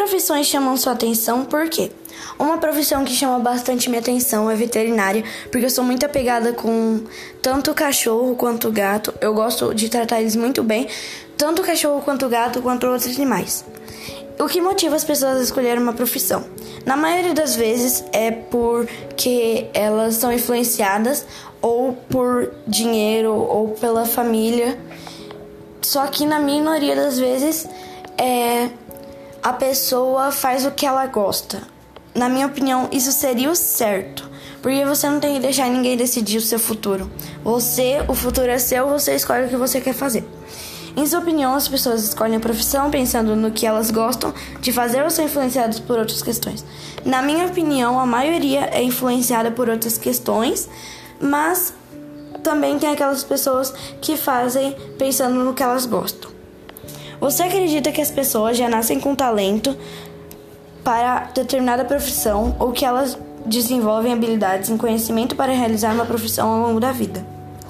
profissões chamam sua atenção por quê? Uma profissão que chama bastante minha atenção é veterinária, porque eu sou muito apegada com tanto cachorro quanto gato. Eu gosto de tratar eles muito bem, tanto cachorro quanto gato, quanto outros animais. O que motiva as pessoas a escolherem uma profissão? Na maioria das vezes é porque elas são influenciadas ou por dinheiro ou pela família. Só que na minoria das vezes a pessoa faz o que ela gosta. Na minha opinião, isso seria o certo, porque você não tem que deixar ninguém decidir o seu futuro. O futuro é seu, você escolhe o que você quer fazer. Em sua opinião, as pessoas escolhem a profissão pensando no que elas gostam de fazer ou são influenciadas por outras questões? Na minha opinião, a maioria é influenciada por outras questões, mas também tem aquelas pessoas que fazem pensando no que elas gostam. Você acredita que as pessoas já nascem com talento para determinada profissão ou que elas desenvolvem habilidades e conhecimento para realizar uma profissão ao longo da vida?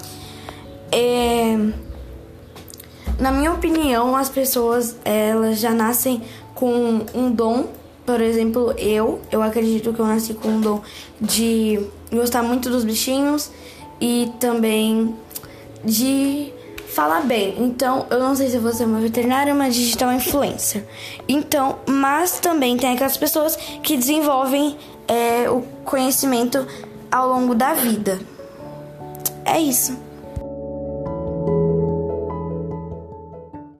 Na minha opinião, as pessoas elas já nascem com um dom. Por exemplo, eu acredito que eu nasci com um dom de gostar muito dos bichinhos e também de falar bem. Então, eu não sei se eu vou ser uma veterinária ou uma digital influencer. Então, mas também tem aquelas pessoas que desenvolvem o conhecimento ao longo da vida. É isso.